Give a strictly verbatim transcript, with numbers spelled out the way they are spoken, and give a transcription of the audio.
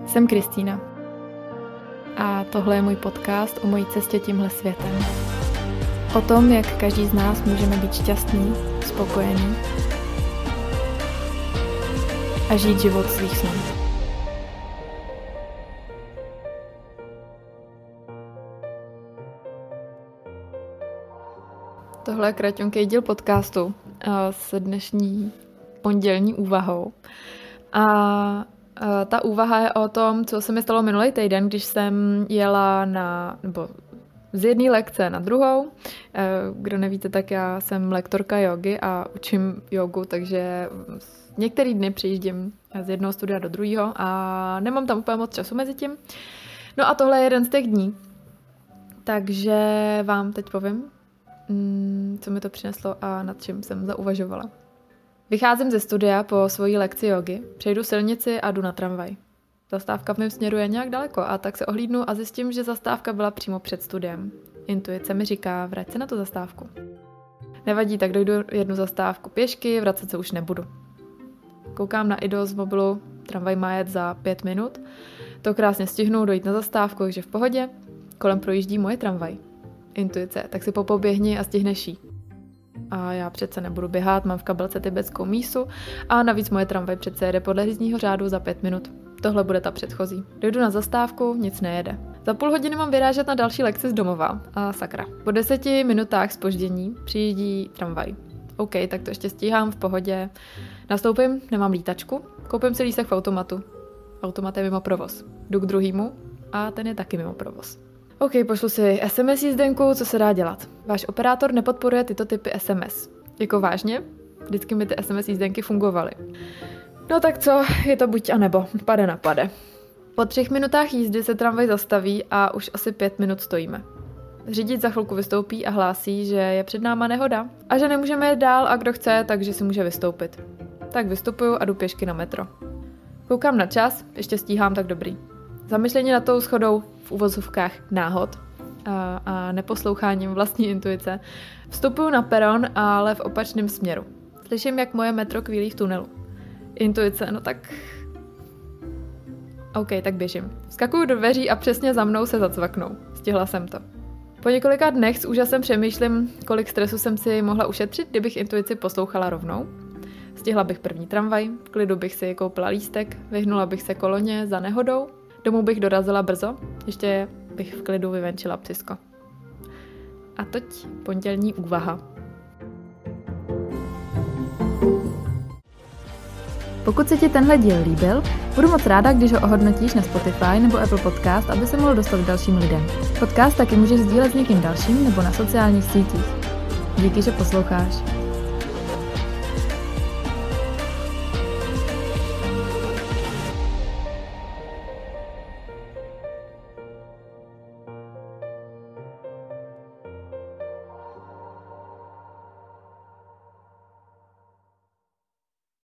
Jsem Kristýna a tohle je můj podcast o mojí cestě tímhle světem. O tom, jak každý z nás můžeme být šťastný, spokojený a žít život svých snů. Tohle je kratonký díl podcastu s dnešní pondělní úvahou. A ta úvaha je o tom, co se mi stalo minulý týden, když jsem jela na, nebo z jedné lekce na druhou. Kdo nevíte, tak já jsem lektorka jógy a učím jógu, takže některý dny přijíždím z jednoho studia do druhého a nemám tam úplně moc času mezi tím. No a tohle je jeden z těch dní. Takže vám teď povím, co mi to přineslo a nad čím jsem zauvažovala. Vycházím ze studia po svojí lekci jógy, přejdu silnici a jdu na tramvaj. Zastávka v mém směru je nějak daleko a tak se ohlídnu a zjistím, že zastávka byla přímo před studiem. Intuice mi říká, vrať se na tu zastávku. Nevadí, tak dojdu jednu zastávku pěšky, vracet se už nebudu. Koukám na I D O z mobilu, tramvaj má jet za pět minut. To krásně stihnu dojít na zastávku, takže v pohodě. Kolem projíždí moje tramvaj. Intuice, tak si popoběhni a stihneš jí. A já přece nebudu běhat, mám v kabelce tibetskou mísu a navíc moje tramvaj přece jede podle jízdního řádu za pět minut. Tohle bude ta předchozí. Dojdu na zastávku, nic nejede. Za půl hodiny mám vyrážet na další lekci z domova. A sakra. Po deseti minutách zpoždění přijíždí tramvaj. OK, tak to ještě stíhám v pohodě. Nastoupím, nemám lítačku, koupím si lístek v automatu. Automat je mimo provoz. Jdu k druhýmu a ten je taky mimo provoz. OK, pošlu si S M S jízdenku, co se dá dělat. Váš operátor nepodporuje tyto typy S M S. Jako vážně? Vždycky mi ty S M S jízdenky fungovaly. No tak co, je to buď a nebo, pade na pade. Po třech minutách jízdy se tramvaj zastaví a už asi pět minut stojíme. Řidič za chvilku vystoupí a hlásí, že je před náma nehoda a že nemůžeme jít dál a kdo chce, takže si může vystoupit. Tak vystupuju a jdu pěšky na metro. Koukám na čas, ještě stíhám, tak dobrý. Zamyšlení nad tou shodou v uvozovkách náhod a, a neposloucháním vlastní intuice vstupuju na peron, ale v opačném směru. Slyším, jak moje metro kvílí v tunelu. Intuice, no tak... OK, tak běžím. Vskakuju do dveří a přesně za mnou se zacvaknou. Stihla jsem to. Po několika dnech s úžasem přemýšlím, kolik stresu jsem si mohla ušetřit, kdybych intuici poslouchala rovnou. Stihla bych první tramvaj, v klidu bych si koupila lístek, vyhnula bych se koloně za nehodou, domů bych dorazila brzo, ještě bych v klidu vyvenčila psisko. A teď pondělní úvaha. Pokud se ti tenhle díl líbil, budu moc ráda, když ho ohodnotíš na Spotify nebo Apple Podcast, aby se mohl dostat k dalším lidem. Podcast taky můžeš sdílet s někým dalším nebo na sociálních sítích. Díky, že posloucháš.